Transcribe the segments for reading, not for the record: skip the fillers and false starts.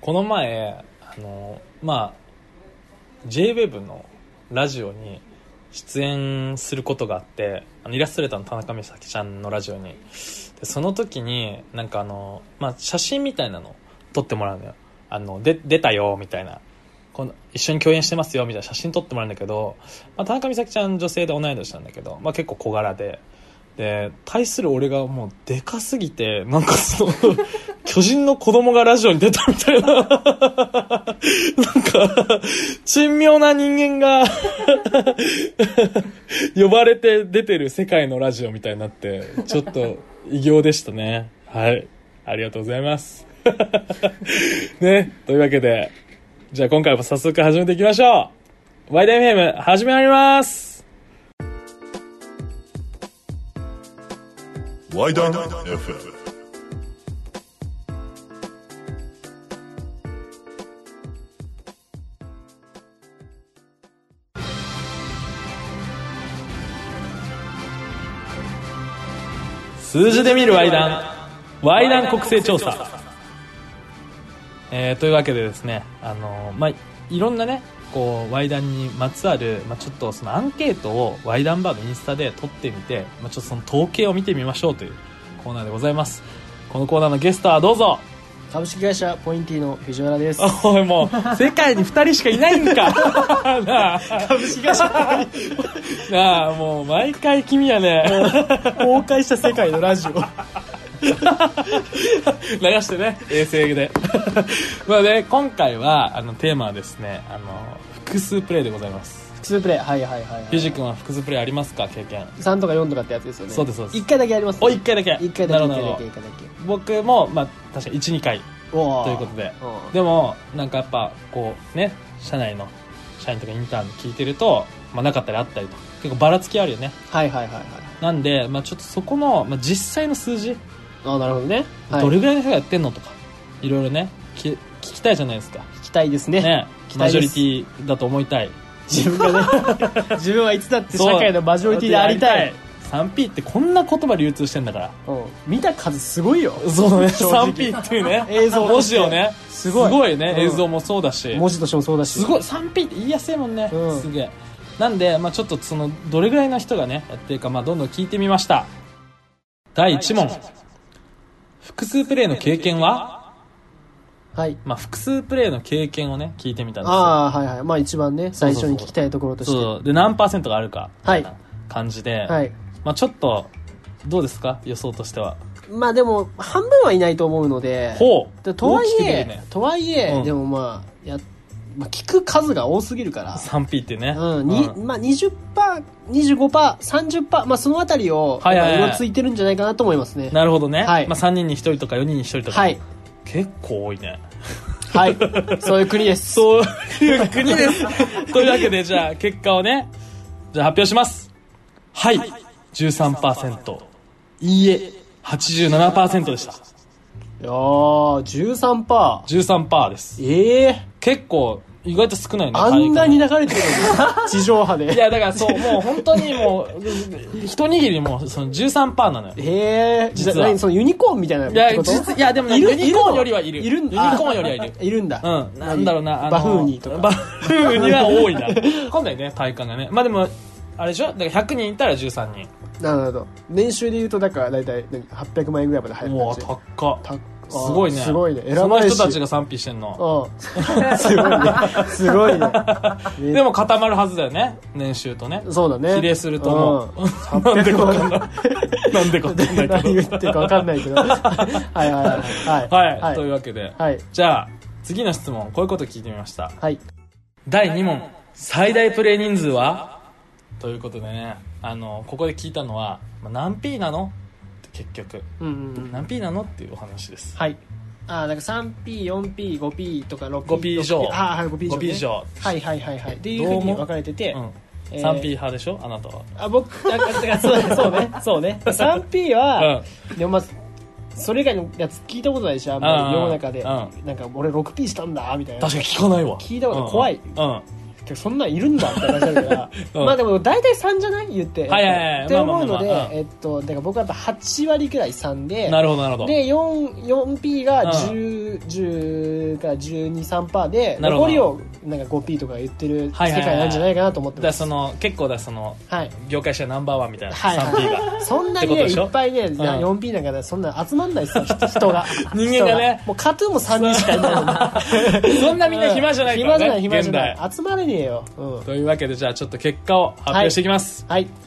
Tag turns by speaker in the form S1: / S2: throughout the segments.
S1: この前J-WEB のラジオに出演することがあって、イラストレーターの田中美咲ちゃんのラジオに、でその時になんか写真みたいなの撮ってもらうのよ。出たよみたいな、一緒に共演してますよみたいな写真撮ってもらうんだけど、田中美咲ちゃん女性で同い年なんだけど、結構小柄で、対する俺がもうでかすぎて、なんか巨人の子供がラジオに出たみたいななんか珍妙な人間が呼ばれて出てる世界のラジオみたいになって、ちょっと異形でしたね。はい、ありがとうございますね、というわけで、じゃあ今回も早速始めていきましょう。ワイダイ FM 始まります。
S2: ワイダイ FM。
S1: 数字で見るワイダン国勢調査。というわけでですね、いろんなね、ワイダンにまつわる、ちょっとそのアンケートをワイダンバーのインスタで取ってみて、ちょっとその統計を見てみましょうというコーナーでございます。このコーナーのゲストはどうぞ。
S3: 株式会社ポインティの藤原です。
S1: おい、もう世界に2人しかいないんかなあ、
S3: 株式会社
S1: なあ、もう毎回君やね
S3: 崩壊した世界のラジオ
S1: 流してね、衛星で今回はテーマはですね、複数プレイでございます。
S3: 複数プレイ、はいはいはい、はい。
S1: フュジ君は複数プレイありますか？経験
S3: 3とか4とかってやつですよね。
S1: そうですそうです。
S3: 1回だけあります、ね。
S1: 1回だけ。
S3: 1回だけ。
S1: 僕も確か 1,2 回ということで、でもなんかやっぱ社内の社員とかインターン聞いてると、なかったりあったりと結構ばらつきあるよね。
S3: はいはいはいはい。
S1: なんで、ちょっとそこの、実際の数字、
S3: なるほどね、はい、
S1: どれぐらいの人がやってんのとかいろいろね聞きたいじゃないですか。
S3: 聞きたいですね。
S1: マジョリティだと思いたい。
S3: 自分がね自分はいつだって社会のマジョリティでありたい。
S1: 3P ってこんな言葉流通してんだから、
S3: 見た数すごいよ。
S1: そうね、3P っていうね
S3: 映像
S1: 文字をね、すごいね、
S3: 映
S1: 像もそうだし
S3: 文字としてもそうだし、
S1: すごい 3P って言いやすいもんね、すげえ。なんで、ちょっとそのどれぐらいの人がねやってるか、どんどん聞いてみました。第1問、複数プレイの経験は？はい。複数プレイの経験をね聞いてみたんですよ。
S3: はいはい。一番ね最初に聞きたいところとして、
S1: そうで何%があるかみたいな感じで、
S3: はい。
S1: ちょっとどうですか、予想としては。
S3: でも半分はいないと思うので、とはいえ、でも聞く数が多すぎるから
S1: 3P ってね、
S3: 20%、25%、30%、そのあたりを色ついてるんじゃないかなと思いますね。
S1: なるほどね、
S3: はい。
S1: 3人に1人とか4人に1人とか、
S3: はい、
S1: 結構多いね。
S3: はい、そういう国です。
S1: そういう国ですというわけで、じゃあ結果をね、じゃあ発表します。はい、13%、いいえ 87% でした。
S3: いやー、13%
S1: です。結構意外と少ないね。
S3: あんなに流れてるの地上波で。
S1: いやだからそう、もう本当にもう一握りもその 13% なのよ。
S3: 実はそのユニコーンみたいなってこと？
S1: いやでもユニコーンよりはいる。ユニコーンよりはいる。
S3: いるんだ。
S1: なんだろうな、
S3: バフーニとか。
S1: バフーニは多いな。今回ね体感がね。でもあれでしょ。だから100人いたら13人。
S3: なるほど。年収で言うとだからだいたい800万円ぐらいまで入る感じ。
S1: 高っ。すごいね。
S3: すごいね。
S1: その人たちが賛否してんの。
S3: すごいね。すごいね。
S1: でも固まるはずだよね。年収とね。
S3: そうだね。
S1: 比例すると思う。なんでかわかんない。なんでかわかんないけど。
S3: 何言ってるかわかんないけど。
S1: はい。というわけで。じゃあ、次の質問。こういうこと聞いてみました。
S3: はい。
S1: 第2問。最大プレイ人数は？ということでね、ここで聞いたのは、何 P なの？結局、何 P なのっていうお話です。
S3: はい。なんか 3P、4P、5P とか 6P。
S1: 5P 以上。
S3: 5P
S1: 以上。
S3: はいはいはいはい。っていうふうに分かれてて、
S1: 3P 派でしょあなたは。
S3: 僕、そうね。3P は、でもそれ以外のやつ聞いたことないでしょ、あんまり世の中で。なんか俺 6P したんだみたいな。
S1: 確かに聞かないわ。
S3: 聞いたこと怖い。 そんなんいるんだって話だから、うん、まあでも大体3じゃない言って、はいはいはい、って思うので、だから僕はやっぱ8割くらい3で、
S1: なるほどなるほど。
S3: で 4P が 10から12、3% で、残りをなんか 5P とか言ってる世界なんじゃないかなと思ってます。
S1: だから結構はい、業界者ナンバーワンみたいな、
S3: はい、3P がそんなにねいっぱいね、4P なんかそんな集まんないですよ人が
S1: 人間がね、
S3: もうカトゥーも3人しかいないのに
S1: そんなみんな暇じゃないからね、
S3: 暇じゃない集まれねえよ、うん、
S1: というわけでじゃあちょっと結果を発表していきます。
S3: はい、はい、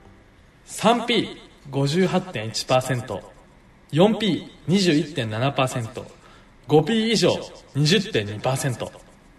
S1: 3P58.1%、 4P21.7%、 5P 以上 20.2%。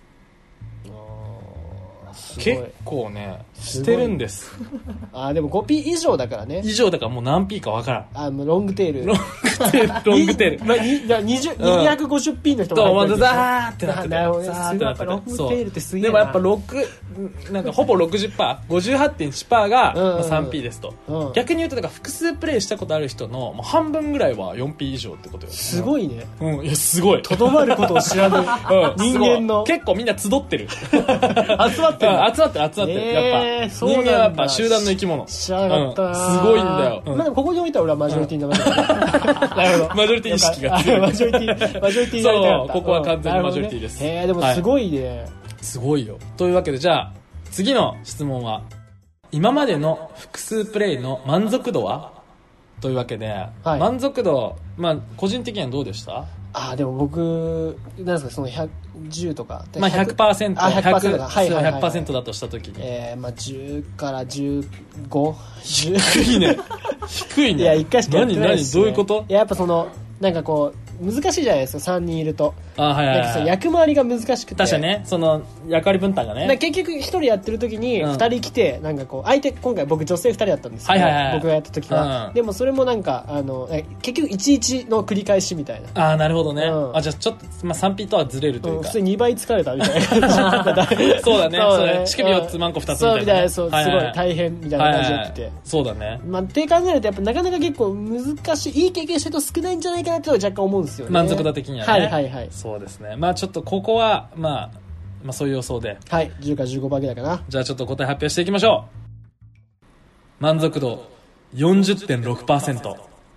S1: 結構ねしてるんです。
S3: あでも 5P 以上だからね。
S1: 以上だからもう何 P か分からん。
S3: もうロングテール
S1: ロングテール
S3: 250P の人が入ってるんですよ。
S1: ザーってなって
S3: なるほどね。ロングテールってすげえな。
S1: でもやっぱなんかほぼ 60%、58.1% が 3P ですと、逆に言うとだから複数プレイしたことある人のもう半分ぐらいは 4P 以上ってことよ。
S3: すごいね。
S1: いやすごい。
S3: とどまることを知らぬ人間の
S1: 結構みんな集ってる
S3: 集まってる
S1: 集まってる、やっぱ人間はやっぱ集団の生き物。
S3: 知らなかったな、
S1: すごいんだよ。
S3: まあでもここに置いたら俺はマジョリティになる。なるほど。
S1: マジョリティ意識が強い。
S3: マジョリティになりたかった。
S1: ここは完全にマジョリティです。
S3: でもすごいね。
S1: すごいよ。というわけでじゃあ次の質問は、今までの複数プレイの満足度はというわけで、満足度、まあ個人的にはどうでした？
S3: でも僕なんですか、その110とか、
S1: まあ 100%、
S3: 100%
S1: だとしたときに、
S3: まあ10から15、
S1: 低いね。低いね。
S3: いや1回しかやってないですね。
S1: どういうこと？
S3: やっぱなんかこう難しいじゃないですか、3人いると。
S1: はいはいはい、
S3: 役回りが難しくて。
S1: 確かにね、その役割分担がね。
S3: 結局1人やってる時に2人来て、なんかこう今回僕女性2人だったんですけど、僕がやった時は、でもそれもなんか結局11の繰り返しみたいな。
S1: なるほどね。じゃあちょっと、まあ、3P とはずれるというか、
S3: 普通に2倍疲れたみたいな感じ。
S1: そうだね。乳首4つマンコ2つみたいな、
S3: そうみたいな、すごい大変みたいな感じでやってて、
S1: そうだね。
S3: まあって考えるとやっぱなかなか結構難しい、いい経験してると少ないんじゃないかなって若干思うんですよね。
S1: 満足度的にはね。
S3: はいはいはい。
S1: そうですね。まあちょっとここはまあそういう予想で、
S3: はい、10か15倍ぐらいかな。
S1: じゃあちょっと答え発表していきましょう。満足度 40.6%。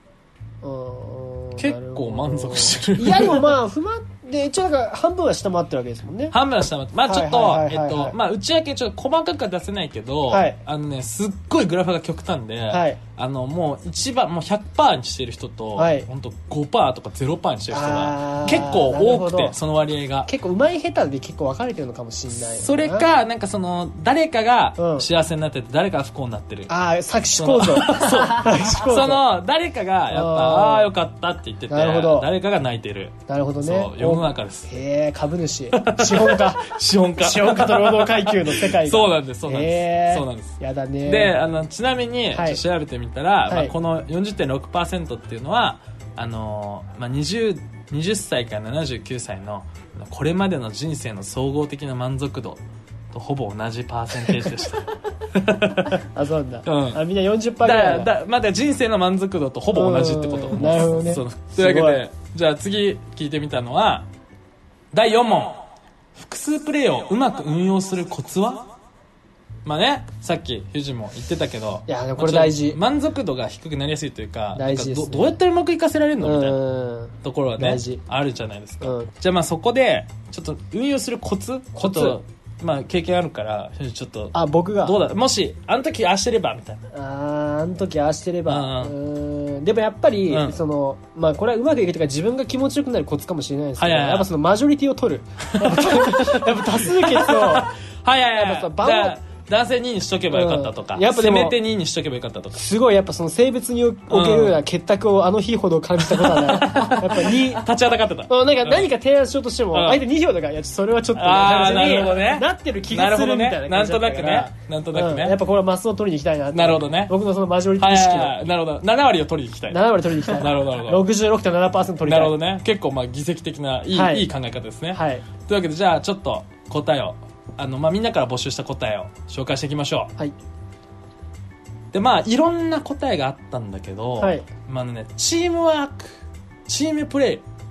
S1: 結構満足してる。
S3: いやでもまあ不満で一応なんか半分は下回ってるわけですもんね。
S1: 半分は下回って、まあちょっとまあ内訳ちょっと細かくは出せないけど、すっごいグラフが極端で、もう一番もう 100% にしてる人と、本当 5% とか 0% にしてる人が結構多くて、その割合が
S3: 結構うまい下手で結構分かれてるのかもしれない。
S1: それかなんか誰かが幸せになってて誰かが不幸になってる。
S3: 作詞構造。
S1: その誰かがやっぱよかったって言ってて、誰かが泣いてる。
S3: なるほどね。
S1: 世の中です。
S3: 株主、資本家資本家と労働階級の世界が。
S1: そうなんです。そうなんです。
S3: やだね。
S1: でちなみに調べてみたら、この 40.6% っていうのは20歳から79歳のこれまでの人生の総合的な満足度とほぼ同じパーセンテージでした。
S3: そうなんだ。みんな 40% ぐらいだ。
S1: まだ人生の満足度とほぼ同じってこと。
S3: なるほどね。
S1: というわけでじゃあ次聞いてみたのは第4問。複数プレイをうまく運用するコツは？まあね、さっきフュジも言ってたけど、
S3: いやでもこれ大事。
S1: 満足度が低くなりやすいというか、
S3: 大事ですね。
S1: どうやったらうまくいかせられるのみたいなところはねあるじゃないですか。じゃあまあそこでちょっと運用するコツちょっとまあ経験あるからちょっと
S3: 僕が
S1: どうだ、もしあの時ああしてればみたい
S3: な。あの時ああしてれば。でもやっぱりまあこれはうまくいくというか自分が気持ちよくなるコツかもしれないですけど、やっぱそのマジョリティを取る。やっぱ多数決をやっぱ
S1: 男性2にしとけばよかったとか、せめて2にしとけばよかったとか、
S3: すごいやっぱその性別におけるような結託をあの日ほど感じたことはない。やっぱ2
S1: 立ちはだかってた。
S3: 何か提案しようとしても相手2票だから、いやそれはちょっとなってる気がするみたいな感じだったから、
S1: なんとなくね、
S3: やっぱこれはマスを取りに行きたいなって。
S1: なるほどね。
S3: 僕のそのマジョリティ意識の
S1: なるほど、7割を取りに行きたい。
S3: 7割取りに行きたい。
S1: なるほど
S3: 66.7% 取りたい。
S1: なるほどね。結構まあ議席的ないい考え方ですね。というわけでじゃあちょっと答えをみんなから募集した答えを紹介していきましょう。でいろんな答えがあったんだけど、チームワーク、チームプレイっ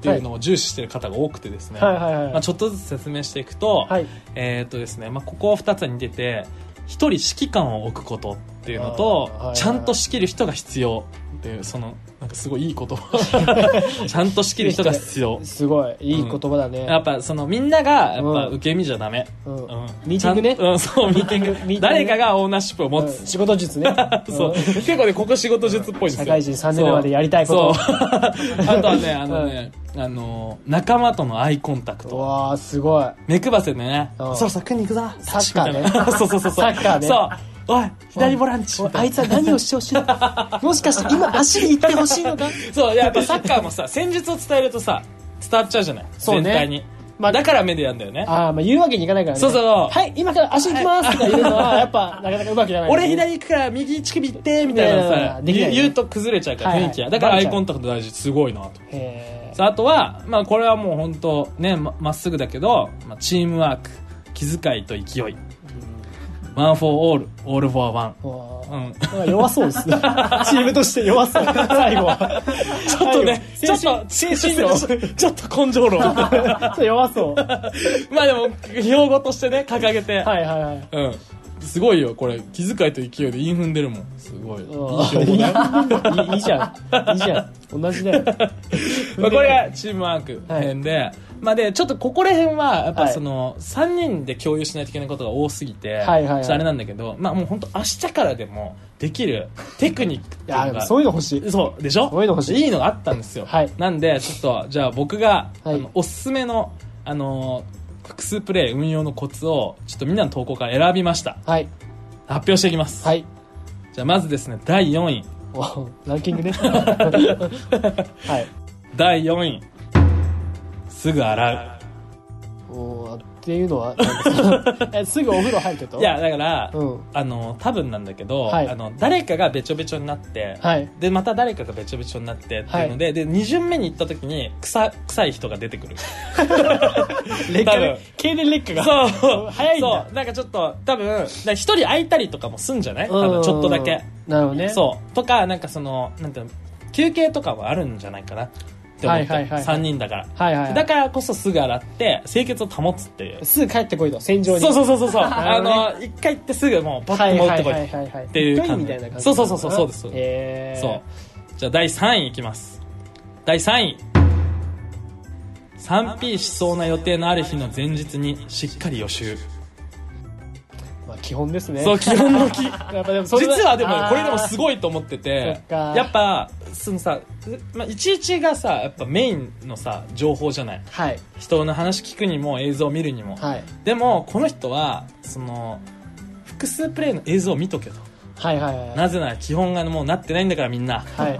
S1: っていうのを重視している方が多くてですね、
S3: はいはいはい、
S1: まあ、ちょっとずつ説明していくと、
S3: はい、
S1: ですね、まあ、ここ2つに出て一人指揮官を置くことっていうのと、
S3: はいはい、
S1: ちゃんと仕切る人が必要っていう、そのなんかすごいいい言葉ちゃんと仕切る人が必要、
S3: すごいいい言葉だね、
S1: やっぱそのみんながやっぱ受け身じゃダメ、
S3: うんうん、ミーティングね、
S1: うん、そうミーティング誰かがオーナーシップを持つ、
S3: うん、仕事術ね
S1: そう結構ねここ仕事術っぽいですよ、
S3: 社会人3年目までやりたいこと
S1: そうあとはね仲間とのアイコンタクト、
S3: わーすごい
S1: 目くばせでね、そろそろ食いに行くぞ、
S3: サッカーね
S1: そう
S3: サッカーね、
S1: そうおい左ボランチ
S3: あいつは何をしてほしいのもしかして今足で行ってほしいのか
S1: そうやっぱサッカーもさ戦術を伝えるとさ伝わっちゃうじゃない、
S3: そうね、
S1: 全体に、まあ、だから目でやるんだよね。
S3: あ、まあ言うわけにいかないからね。
S1: そうそう、
S3: はい今から足行きますとか言うのはやっぱなかなかうまくいかない、ね、
S1: 俺左行くから右乳首行ってみたいなさ、言うと崩れちゃうから雰囲気が、だからアイコンタクト大事、すごいなと。さあ、あとは、まあ、これはもう本当ね まっすぐだけど、まあ、チームワーク、気遣いと勢い、ワンフォーオール、オールフォーワン。
S3: うん、弱そうですね。チームとして弱そう。最後は。
S1: ちょっとね、ちょっと精神論、ちょっと根性論。
S3: 弱そう。
S1: まあでも標語としてね掲げて、
S3: はいはいはい。
S1: うん。すごいよこれ、気遣いと勢いで韻踏んでるもん、すごい。いい標語
S3: だよ。いいじゃん。いいじゃん。同じだよ。
S1: まあこれがチームワーク編で。はい、まあ、でちょっとここら辺はやっぱその3人で共有しないといけないことが多すぎて、はいはいはい、あれなんだけど、まあもう本当明日からでもできるテクニックっていうのが、
S3: そういうの欲しい。
S1: そうでしょ、
S3: そういうの欲しい。
S1: いいのがあったんですよ。はい、なんでちょっとじゃあ僕が、はい、おすすめの複数プレイ運用のコツをちょっとみんなの投稿から選びました。はい。発表していきます。はい。じゃあまずですね、第4位。
S3: ランキングね。はい。
S1: 第4位。すぐ洗う。
S3: っていうのはすぐお風呂入るけど、
S1: いやだから、うん、多分なんだけど、はい、誰かがべちょべちょになって、はい、でまた誰かがべちょべちょになってっていうので、はい、で2巡目に行った時に臭い人が出てくる。
S3: 劣化ね、経年劣化が
S1: そう
S3: 早いんだ。
S1: そうなんかちょっと多分一人空いたりとかもすんじゃない？多分ちょっとだけ。
S3: なるほどね。
S1: そうとかなんかそのなんていうの、休憩とかはあるんじゃないかな。はいはいはい、3人だから、はいはいはい、だからこそすぐ洗って清潔を保つっていう、
S3: すぐ帰ってこいと戦場に、
S1: そう一回行ってすぐもうパッと戻ってこいっていう感じ、そうです、そうじゃあ第3位いきます。第3位、3P しそうな予定のある日の前日にしっかり予習。
S3: 基本ですね。
S1: そう、基本の実はでもこれでもすごいと思ってて、やっぱそのさ、まあ、11がさやっぱメインのさ情報じゃない、はい、人の話聞くにも映像を見るにも、はい、でもこの人はその複数プレイの映像を見とけと、はいはいはい、なぜなら基本がもうなってないんだからみんな、はい、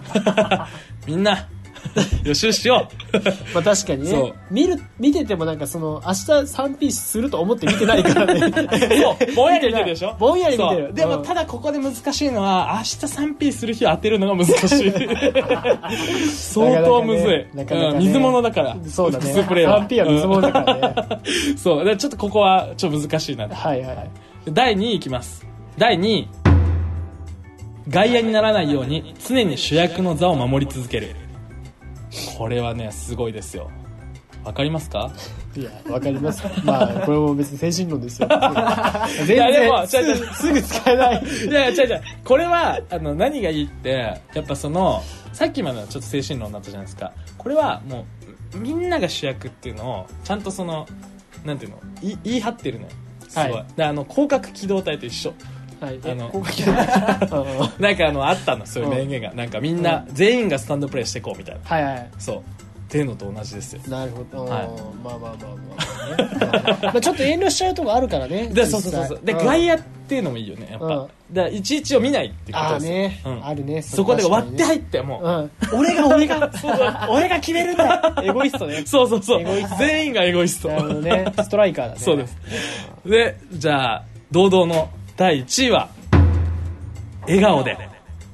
S1: みんな予習しよう。
S3: まあ確かにね、見ててもなんかその明日 3P すると思って見てないからね。
S1: そうぼんやり見てるでしょ。
S3: ぼんやり見てる。
S1: でもただここで難しいのは明日 3P する日を当てるのが難しい。相当むずい。なかなかね、水物だから。
S3: そうだね。
S1: 複数プレイは
S3: 3P は水物だからね。
S1: そうでちょっとここはちょっと難しいな。はいはい。第2位いきます。第2位、外野にならないように常に主役の座を守り続ける。これはねすごいですよ。わかりますか？
S3: いやわかります。まあこれも別に精神論ですよ。全然すぐ使えない。
S1: いや違うこれは何がいいってやっぱそのさっきまではちょっと精神論だったじゃないですか。これはもうみんなが主役っていうのをちゃんとそのなんていうの言い張ってるのよ。すごい。はい、で広角機動隊と一緒。はい、なんかあったのそういう名言が、なんかみんな、全員がスタンドプレーしていこうみたいな、はいはい、そうっていうのと同じですよ。
S3: なるほど、はい、まあちょっと遠慮しちゃうとこあるからね。
S1: でそうで外野っていうのもいいよねやっぱ、だからいちいちを見ないっていうことですよ。
S3: ね、あるね。
S1: そこで割って入ってもう、俺が決めるんだ。エゴイストね。そう全員がエゴイスト。
S3: なるほどね。ストライカーだね。
S1: そうです。でじゃあ堂々の第1位は笑顔で。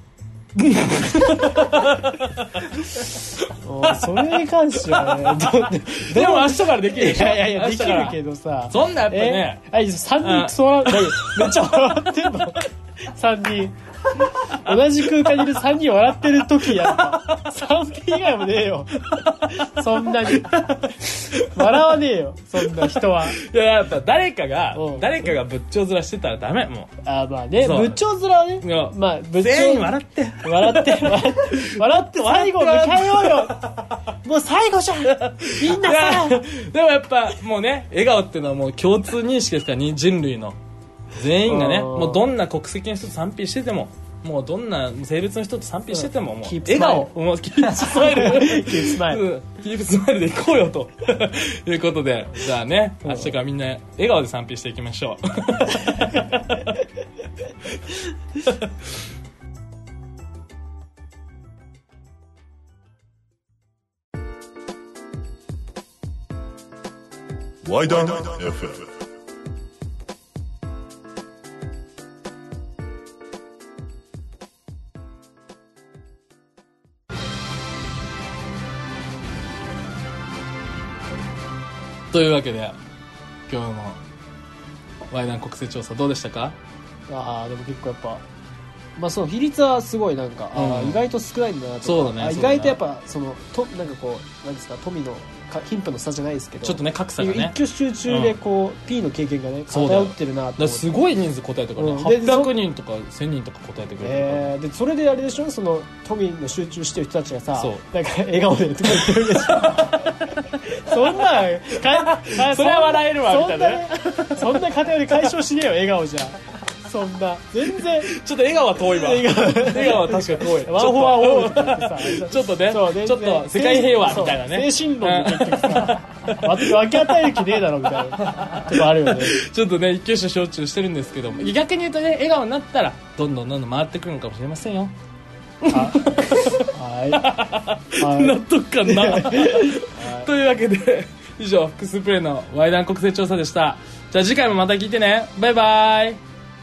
S3: それに関してはね、
S1: でも明日からできるでしょ。
S3: いやできるけどさ、
S1: そんなやっぱね、
S3: 3人クソ笑う、めっちゃ笑ってんの3人同じ空間にいる3人笑ってる時やった。3人以外もねえよ。そんなに。笑わねえよ、そんな人は。
S1: いや、やっぱ誰かが仏頂面してたらダメ、もう。
S3: あ、まあね、仏頂面はね。まあ、
S1: 全員笑って。
S3: 笑って、最後迎えようよ。もう最後じゃん。みんなさ。
S1: でもやっぱ、もうね、笑顔っていうのはもう共通認識ですから、人類の。全員がね、もうどんな国籍の人と賛否してても、もうどんな性別の人と賛否してても、もう笑顔、もうキープスマイル、キープスマイルでいこうよということで、じゃあね、明日からみんな笑顔で賛否していきましょう。
S2: ワイダン FM。
S1: というわけで今日のワイダン国勢調査どうでしたか？
S3: ああ、でも結構やっぱ、まあその比率はすごいなんか、意外と少ないんだなとか。
S1: そうだね。
S3: 意外とやっぱそのなんかこうなんですか、富の貧富の差じゃないですけど、
S1: ちょっとね格差がね
S3: 一挙集中でこう、P の経験がね偏ってるなと思って。
S1: すごい人数答えてからね、800人とか1000人とか答えてくれる。
S3: でそれであれでしょ、その富の集中してる人たちがさ、なんか笑顔でとか言ってるでしょ。そんな
S1: それは笑えるわみたいなね。
S3: そんな偏り解消しねえよ、笑顔じゃ。そんな全然
S1: ちょっと笑顔は遠いわ。笑顔は確かに遠い。
S3: ワンフォアオールって言ってさ、
S1: ちょっとね、ちょっと世界平和みたいなね、
S3: 精神論で結局さ、分け与える気ねえだろみたいなとこあるよね。
S1: ちょっとね一挙手小中してるんですけども、逆に言うとね、笑顔になったらどんどん回ってくるのかもしれませんよ。はい、納得感な。というわけで以上、複数プレイのワイダン国勢調査でした。じゃあ次回もまた聞いてね。バイバイ。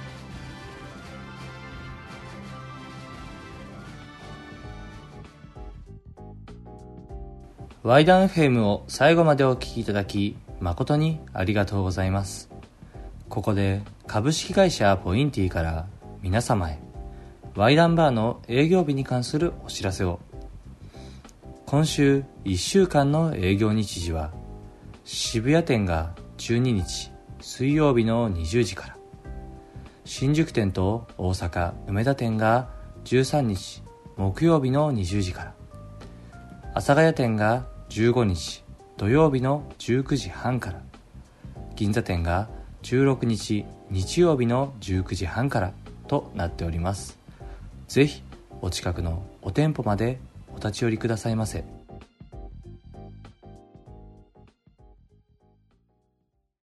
S4: ワイダン FM を最後までお聞きいただき誠にありがとうございます。ここで株式会社ポインティから皆様へワイダンバーの営業日に関するお知らせを。今週1週間の営業日時は、渋谷店が12日水曜日の20時から、新宿店と大阪梅田店が13日木曜日の20時から、阿佐ヶ谷店が15日土曜日の19時半から、銀座店が16日日曜日の19時半からとなっております。ぜひお近くのお店舗までお立ち寄りくださいませ。